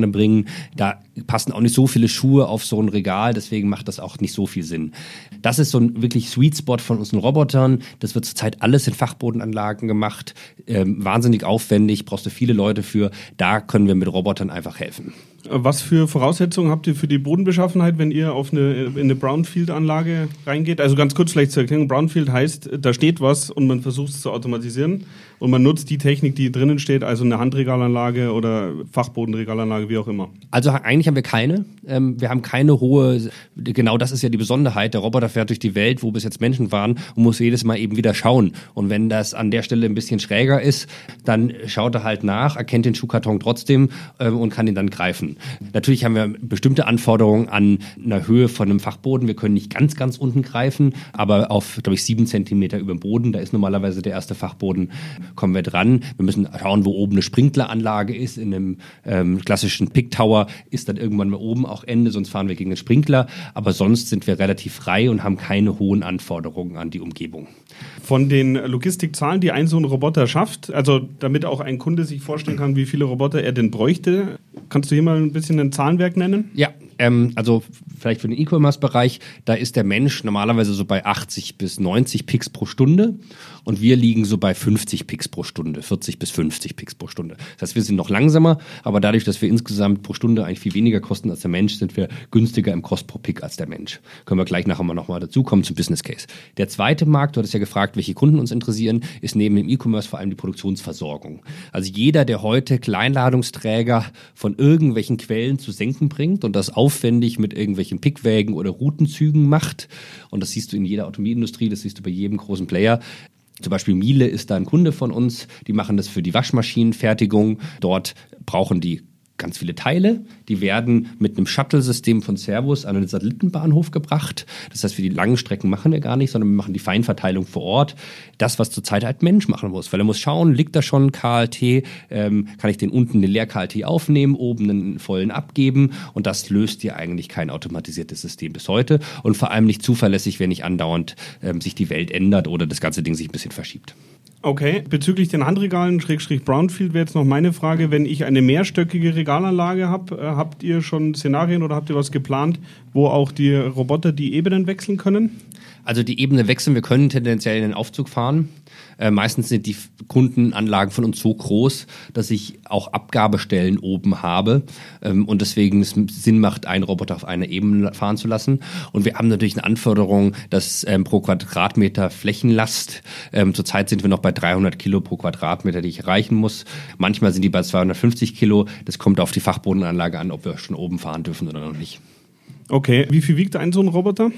Da passen auch nicht so viele Schuhe auf so ein Regal, deswegen macht das auch nicht so viel Sinn. Das ist so ein wirklich Sweet Spot von unseren Robotern. Das wird zurzeit alles in Fachbodenanlagen gemacht. Wahnsinnig aufwendig, brauchst du viele Leute für. Da können wir mit Robotern einfach helfen. Was für Voraussetzungen habt ihr für die Bodenbeschaffenheit, wenn ihr in eine Brownfield-Anlage reingeht? Also ganz kurz vielleicht zur Erklärung. Brownfield heißt, da steht was und man versucht es zu automatisieren und man nutzt die Technik, die drinnen steht, also eine Handregalanlage oder Fachbodenregalanlage, wie auch immer. Also eigentlich haben wir keine. Wir haben keine hohe, genau das ist ja die Besonderheit. Der Roboter fährt durch die Welt, wo bis jetzt Menschen waren und muss jedes Mal eben wieder schauen. Und wenn das an der Stelle ein bisschen schräger ist, dann schaut er halt nach, erkennt den Schuhkarton trotzdem und kann ihn dann greifen. Natürlich haben wir bestimmte Anforderungen an einer Höhe von einem Fachboden. Wir können nicht ganz, ganz unten greifen, aber auf, glaube ich, 7 Zentimeter über dem Boden, da ist normalerweise der erste Fachboden, kommen wir dran. Wir müssen schauen, wo oben eine Sprinkleranlage ist. In einem klassischen Pick Tower ist dann irgendwann mal oben auch Ende, sonst fahren wir gegen den Sprinkler. Aber sonst sind wir relativ frei und haben keine hohen Anforderungen an die Umgebung. Von den Logistikzahlen, die ein so ein Roboter schafft, also damit auch ein Kunde sich vorstellen kann, wie viele Roboter er denn bräuchte, kannst du hier mal ein bisschen ein Zahlenwerk nennen? Ja, also vielleicht für den E-Commerce-Bereich, da ist der Mensch normalerweise so bei 80 bis 90 Picks pro Stunde und wir liegen so bei 50 Picks pro Stunde, 40 bis 50 Picks pro Stunde. Das heißt, wir sind noch langsamer, aber dadurch, dass wir insgesamt pro Stunde eigentlich viel weniger kosten als der Mensch, sind wir günstiger im Kost pro Pick als der Mensch. Können wir gleich nachher mal nochmal dazu kommen zum Business Case. Der zweite Markt, du hattest ja gefragt, welche Kunden uns interessieren, ist neben dem E-Commerce vor allem die Produktionsversorgung. Also jeder, der heute Kleinladungsträger von irgendwelchen Quellen zu senken bringt und das aufwendig mit irgendwelchen Pickwägen oder Routenzügen macht, und das siehst du in jeder Automobilindustrie, das siehst du bei jedem großen Player. Zum Beispiel Miele ist da ein Kunde von uns, die machen das für die Waschmaschinenfertigung. Dort brauchen die ganz viele Teile, die werden mit einem Shuttle-System von Servus an den Satellitenbahnhof gebracht. Das heißt, für die langen Strecken machen wir gar nicht, sondern wir machen die Feinverteilung vor Ort. Das, was zurzeit ein Mensch machen muss, weil er muss schauen, liegt da schon ein KLT, kann ich den unten den Leer-KLT aufnehmen, oben einen vollen abgeben, und das löst dir eigentlich kein automatisiertes System bis heute und vor allem nicht zuverlässig, wenn nicht andauernd sich die Welt ändert oder das ganze Ding sich ein bisschen verschiebt. Okay, bezüglich den Handregalen, Brownfield, wäre jetzt noch meine Frage, wenn ich eine mehrstöckige Regalanlage habe, habt ihr schon Szenarien oder habt ihr was geplant, wo auch die Roboter die Ebenen wechseln können? Also die Ebene wechseln, wir können tendenziell in den Aufzug fahren. Meistens sind die Kundenanlagen von uns so groß, dass ich auch Abgabestellen oben habe und deswegen es Sinn macht, einen Roboter auf einer Ebene fahren zu lassen. Und wir haben natürlich eine Anforderung, dass pro Quadratmeter Flächenlast, zurzeit sind wir noch bei 300 Kilo pro Quadratmeter, die ich erreichen muss. Manchmal sind die bei 250 Kilo. Das kommt auf die Fachbodenanlage an, ob wir schon oben fahren dürfen oder noch nicht. Okay, wie viel wiegt ein so ein Roboter?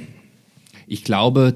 Ich glaube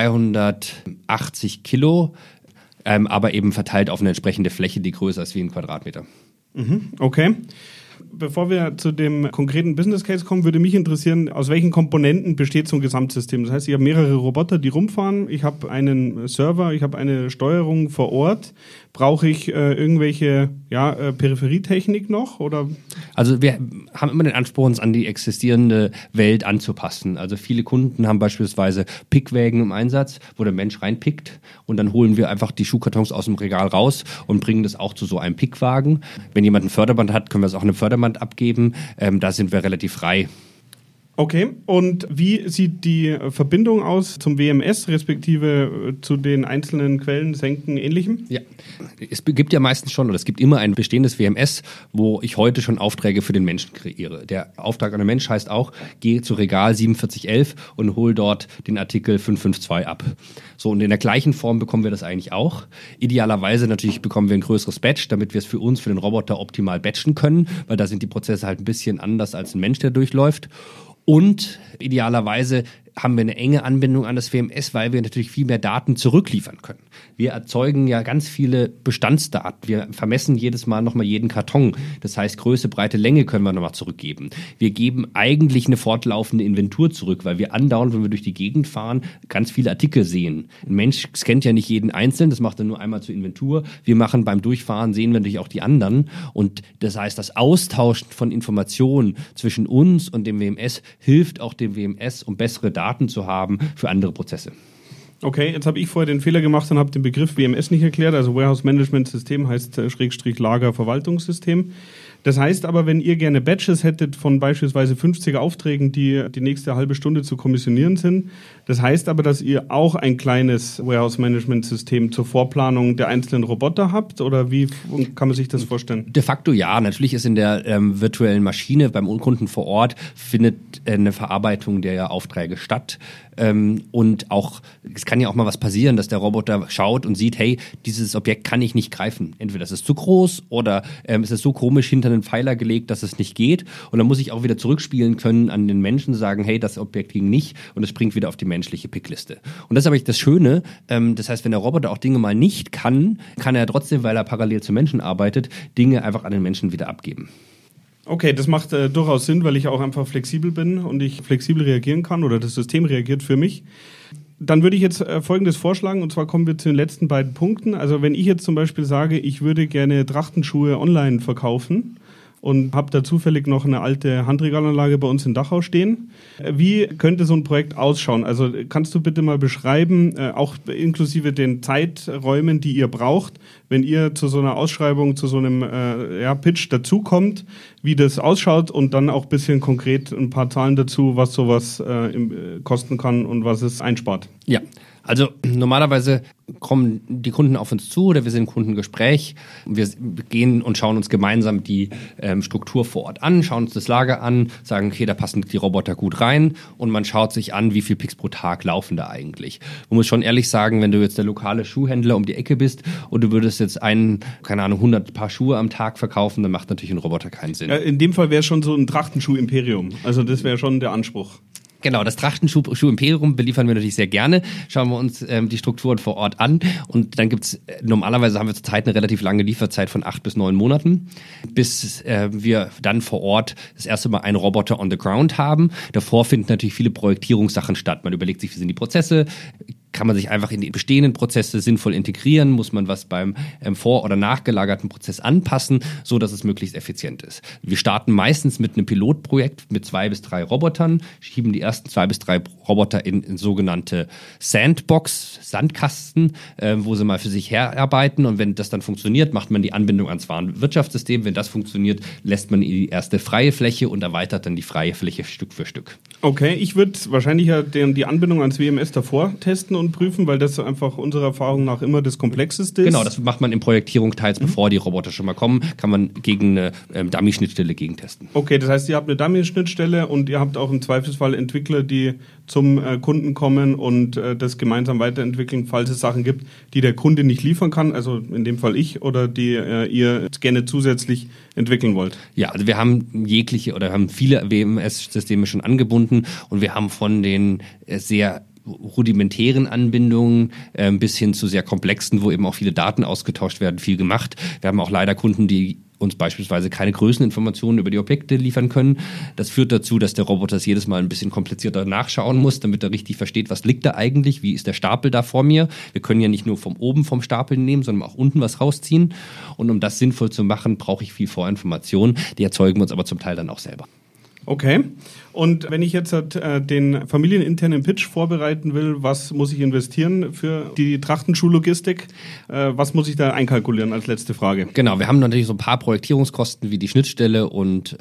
280 Kilo, aber eben verteilt auf eine entsprechende Fläche, die größer ist wie ein Quadratmeter. Okay. Bevor wir zu dem konkreten Business Case kommen, würde mich interessieren, aus welchen Komponenten besteht so ein Gesamtsystem? Das heißt, ich habe mehrere Roboter, die rumfahren, ich habe einen Server, ich habe eine Steuerung vor Ort. Brauche ich irgendwelche Peripherietechnik noch? Oder? Also wir haben immer den Anspruch, uns an die existierende Welt anzupassen. Also viele Kunden haben beispielsweise Pickwägen im Einsatz, wo der Mensch reinpickt und dann holen wir einfach die Schuhkartons aus dem Regal raus und bringen das auch zu so einem Pickwagen. Wenn jemand ein Förderband hat, können wir es auch einem Förderband abgeben. Da sind wir relativ frei. Okay, und wie sieht die Verbindung aus zum WMS, respektive zu den einzelnen Quellen, Senken, Ähnlichem? Ja, es gibt ja meistens schon, oder es gibt immer ein bestehendes WMS, wo ich heute schon Aufträge für den Menschen kreiere. Der Auftrag an den Mensch heißt auch, geh zu Regal 4711 und hol dort den Artikel 552 ab. So, und in der gleichen Form bekommen wir das eigentlich auch. Idealerweise natürlich bekommen wir ein größeres Batch, damit wir es für uns, für den Roboter optimal batchen können, weil da sind die Prozesse halt ein bisschen anders als ein Mensch, der durchläuft. Und idealerweise haben wir eine enge Anbindung an das WMS, weil wir natürlich viel mehr Daten zurückliefern können. Wir erzeugen ja ganz viele Bestandsdaten. Wir vermessen jedes Mal nochmal jeden Karton. Das heißt, Größe, Breite, Länge können wir nochmal zurückgeben. Wir geben eigentlich eine fortlaufende Inventur zurück, weil wir andauernd, wenn wir durch die Gegend fahren, ganz viele Artikel sehen. Ein Mensch scannt ja nicht jeden einzeln, das macht er nur einmal zur Inventur. Wir machen beim Durchfahren, sehen wir natürlich auch die anderen. Und das heißt, das Austauschen von Informationen zwischen uns und dem WMS hilft auch dem WMS, um bessere Daten zu haben für andere Prozesse. Okay, jetzt habe ich vorher den Fehler gemacht und habe den Begriff WMS nicht erklärt. Also Warehouse Management System heißt /Lager Verwaltungssystem. Das heißt aber, wenn ihr gerne Batches hättet von beispielsweise 50 Aufträgen, die die nächste halbe Stunde zu kommissionieren sind, das heißt aber, dass ihr auch ein kleines Warehouse-Management-System zur Vorplanung der einzelnen Roboter habt? Oder wie kann man sich das vorstellen? De facto ja. Natürlich ist in der virtuellen Maschine beim Kunden vor Ort findet eine Verarbeitung der Aufträge statt. Und auch, es kann ja auch mal was passieren, dass der Roboter schaut und sieht, hey, dieses Objekt kann ich nicht greifen. Entweder es ist zu groß oder es ist so komisch hinter einen Pfeiler gelegt, dass es nicht geht. Und dann muss ich auch wieder zurückspielen können an den Menschen, sagen, hey, das Objekt ging nicht und es springt wieder auf die menschliche Pickliste. Und das ist aber das Schöne. Das heißt, wenn der Roboter auch Dinge mal nicht kann, kann er trotzdem, weil er parallel zu Menschen arbeitet, Dinge einfach an den Menschen wieder abgeben. Okay, das macht durchaus Sinn, weil ich auch einfach flexibel bin und ich flexibel reagieren kann oder das System reagiert für mich. Dann würde ich jetzt Folgendes vorschlagen, und zwar kommen wir zu den letzten beiden Punkten. Also wenn ich jetzt zum Beispiel sage, ich würde gerne Trachtenschuhe online verkaufen und habe da zufällig noch eine alte Handregalanlage bei uns in Dachau stehen. Wie könnte so ein Projekt ausschauen? Also kannst du bitte mal beschreiben, auch inklusive den Zeiträumen, die ihr braucht, wenn ihr zu so einer Ausschreibung, zu so einem Pitch dazukommt, wie das ausschaut und dann auch ein bisschen konkret ein paar Zahlen dazu, was sowas kosten kann und was es einspart. Ja, also normalerweise kommen die Kunden auf uns zu oder wir sind im Kundengespräch. Wir gehen und schauen uns gemeinsam die Struktur vor Ort an, schauen uns das Lager an, sagen, okay, da passen die Roboter gut rein und man schaut sich an, wie viel Picks pro Tag laufen da eigentlich. Man muss schon ehrlich sagen, wenn du jetzt der lokale Schuhhändler um die Ecke bist und du würdest jetzt 100 Paar Schuhe am Tag verkaufen, dann macht natürlich ein Roboter keinen Sinn. In dem Fall wäre es schon so ein Trachtenschuh-Imperium. Also das wäre schon der Anspruch. Genau, das Trachtenschuh-Imperium beliefern wir natürlich sehr gerne. Schauen wir uns die Strukturen vor Ort an und dann gibt's normalerweise haben wir zurzeit eine relativ lange Lieferzeit von 8 bis 9 Monaten, bis wir dann vor Ort das erste Mal einen Roboter on the ground haben. Davor finden natürlich viele Projektierungssachen statt. Man überlegt sich, wie sind die Prozesse, kann man sich einfach in die bestehenden Prozesse sinnvoll integrieren, muss man was beim vor- oder nachgelagerten Prozess anpassen, so dass es möglichst effizient ist. Wir starten meistens mit einem Pilotprojekt mit 2 bis 3 Robotern, schieben die ersten 2 bis 3 Roboter in sogenannte Sandbox, Sandkasten, wo sie mal für sich herarbeiten und wenn das dann funktioniert, macht man die Anbindung ans Warenwirtschaftssystem. Wenn das funktioniert, lässt man die erste freie Fläche und erweitert dann die freie Fläche Stück für Stück. Okay, ich würde wahrscheinlich ja die Anbindung ans WMS davor testen und prüfen, weil das einfach unserer Erfahrung nach immer das Komplexeste ist. Genau, das macht man in Projektierung teils, bevor die Roboter schon mal kommen, kann man gegen eine Dummy-Schnittstelle gegentesten. Okay, das heißt, ihr habt eine Dummy-Schnittstelle und ihr habt auch im Zweifelsfall Entwickler, die zum Kunden kommen und das gemeinsam weiterentwickeln, falls es Sachen gibt, die der Kunde nicht liefern kann, also in dem Fall ich, oder die ihr gerne zusätzlich entwickeln wollt. Ja, also wir haben haben viele WMS-Systeme schon angebunden und wir haben von den sehr rudimentären Anbindungen bis hin zu sehr komplexen, wo eben auch viele Daten ausgetauscht werden, viel gemacht. Wir haben auch leider Kunden, die uns beispielsweise keine Größeninformationen über die Objekte liefern können. Das führt dazu, dass der Roboter es jedes Mal ein bisschen komplizierter nachschauen muss, damit er richtig versteht, was liegt da eigentlich, wie ist der Stapel da vor mir. Wir können ja nicht nur vom Stapel nehmen, sondern auch unten was rausziehen. Und um das sinnvoll zu machen, brauche ich viel Vorinformation. Die erzeugen wir uns aber zum Teil dann auch selber. Okay. Und wenn ich jetzt den familieninternen Pitch vorbereiten will, was muss ich investieren für die Trachtenschuhlogistik? Was muss ich da einkalkulieren als letzte Frage? Genau, wir haben natürlich so ein paar Projektierungskosten wie die Schnittstelle und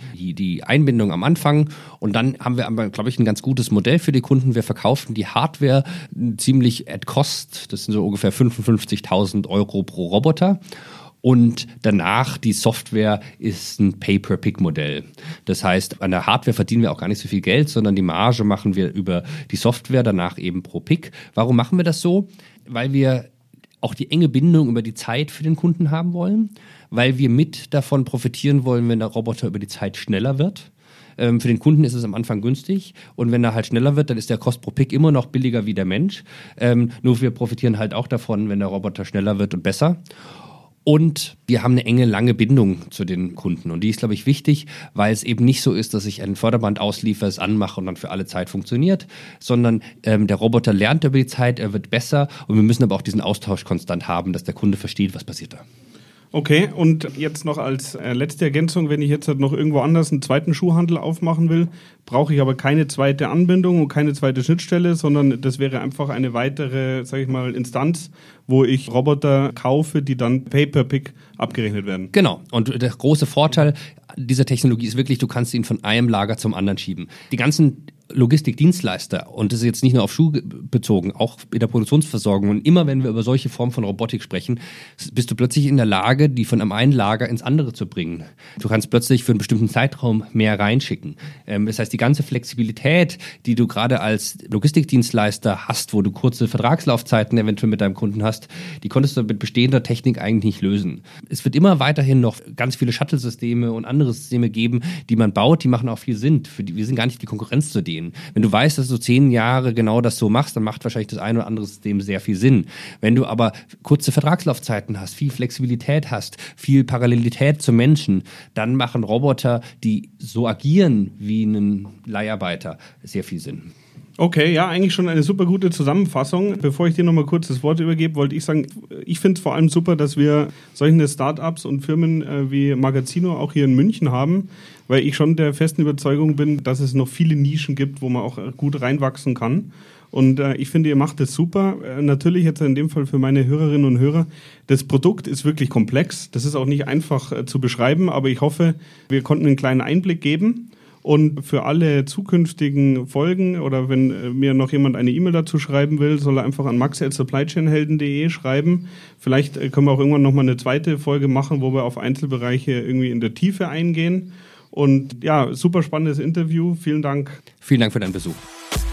die Einbindung am Anfang. Und dann haben wir aber, glaube ich, ein ganz gutes Modell für die Kunden. Wir verkaufen die Hardware ziemlich at cost. Das sind so ungefähr 55.000 € pro Roboter. Und danach die Software ist ein Pay-per-Pick-Modell. Das heißt, an der Hardware verdienen wir auch gar nicht so viel Geld, sondern die Marge machen wir über die Software, danach eben pro Pick. Warum machen wir das so? Weil wir auch die enge Bindung über die Zeit für den Kunden haben wollen, weil wir mit davon profitieren wollen, wenn der Roboter über die Zeit schneller wird. Für den Kunden ist es am Anfang günstig und wenn er halt schneller wird, dann ist der Cost pro Pick immer noch billiger wie der Mensch. Nur wir profitieren halt auch davon, wenn der Roboter schneller wird und besser. Und wir haben eine enge, lange Bindung zu den Kunden. Und die ist, glaube ich, wichtig, weil es eben nicht so ist, dass ich ein Förderband ausliefere, es anmache und dann für alle Zeit funktioniert, sondern der Roboter lernt über die Zeit, er wird besser und wir müssen aber auch diesen Austausch konstant haben, dass der Kunde versteht, was passiert da. Okay, und jetzt noch als letzte Ergänzung, wenn ich jetzt halt noch irgendwo anders einen zweiten Schuhhandel aufmachen will, brauche ich aber keine zweite Anbindung und keine zweite Schnittstelle, sondern das wäre einfach eine weitere, sage ich mal, Instanz, wo ich Roboter kaufe, die dann Pay-per-Pick abgerechnet werden. Genau. Und der große Vorteil dieser Technologie ist wirklich, du kannst ihn von einem Lager zum anderen schieben. Die ganzen Logistikdienstleister, und das ist jetzt nicht nur auf Schuh bezogen, auch in der Produktionsversorgung, und immer wenn wir über solche Formen von Robotik sprechen, bist du plötzlich in der Lage, die von einem einen Lager ins andere zu bringen. Du kannst plötzlich für einen bestimmten Zeitraum mehr reinschicken. Das heißt, die ganze Flexibilität, die du gerade als Logistikdienstleister hast, wo du kurze Vertragslaufzeiten eventuell mit deinem Kunden hast, die konntest du mit bestehender Technik eigentlich nicht lösen. Es wird immer weiterhin noch ganz viele Shuttle-Systeme und andere Systeme geben, die man baut, die machen auch viel Sinn. Wir sind gar nicht die Konkurrenz zu denen. Wenn du weißt, dass du 10 Jahre genau das so machst, dann macht wahrscheinlich das eine oder andere System sehr viel Sinn. Wenn du aber kurze Vertragslaufzeiten hast, viel Flexibilität hast, viel Parallelität zu Menschen, dann machen Roboter, die so agieren wie ein Leiharbeiter, sehr viel Sinn. Okay, ja, eigentlich schon eine super gute Zusammenfassung. Bevor ich dir nochmal kurz das Wort übergebe, wollte ich sagen, ich finde es vor allem super, dass wir solche Startups und Firmen wie Magazino auch hier in München haben, weil ich schon der festen Überzeugung bin, dass es noch viele Nischen gibt, wo man auch gut reinwachsen kann. Und ich finde, ihr macht das super. Natürlich jetzt in dem Fall für meine Hörerinnen und Hörer, das Produkt ist wirklich komplex. Das ist auch nicht einfach zu beschreiben, aber ich hoffe, wir konnten einen kleinen Einblick geben. Und für alle zukünftigen Folgen oder wenn mir noch jemand eine E-Mail dazu schreiben will, soll er einfach an max@supplychainhelden.de schreiben. Vielleicht können wir auch irgendwann nochmal eine zweite Folge machen, wo wir auf Einzelbereiche irgendwie in der Tiefe eingehen. Und ja, super spannendes Interview. Vielen Dank. Vielen Dank für deinen Besuch.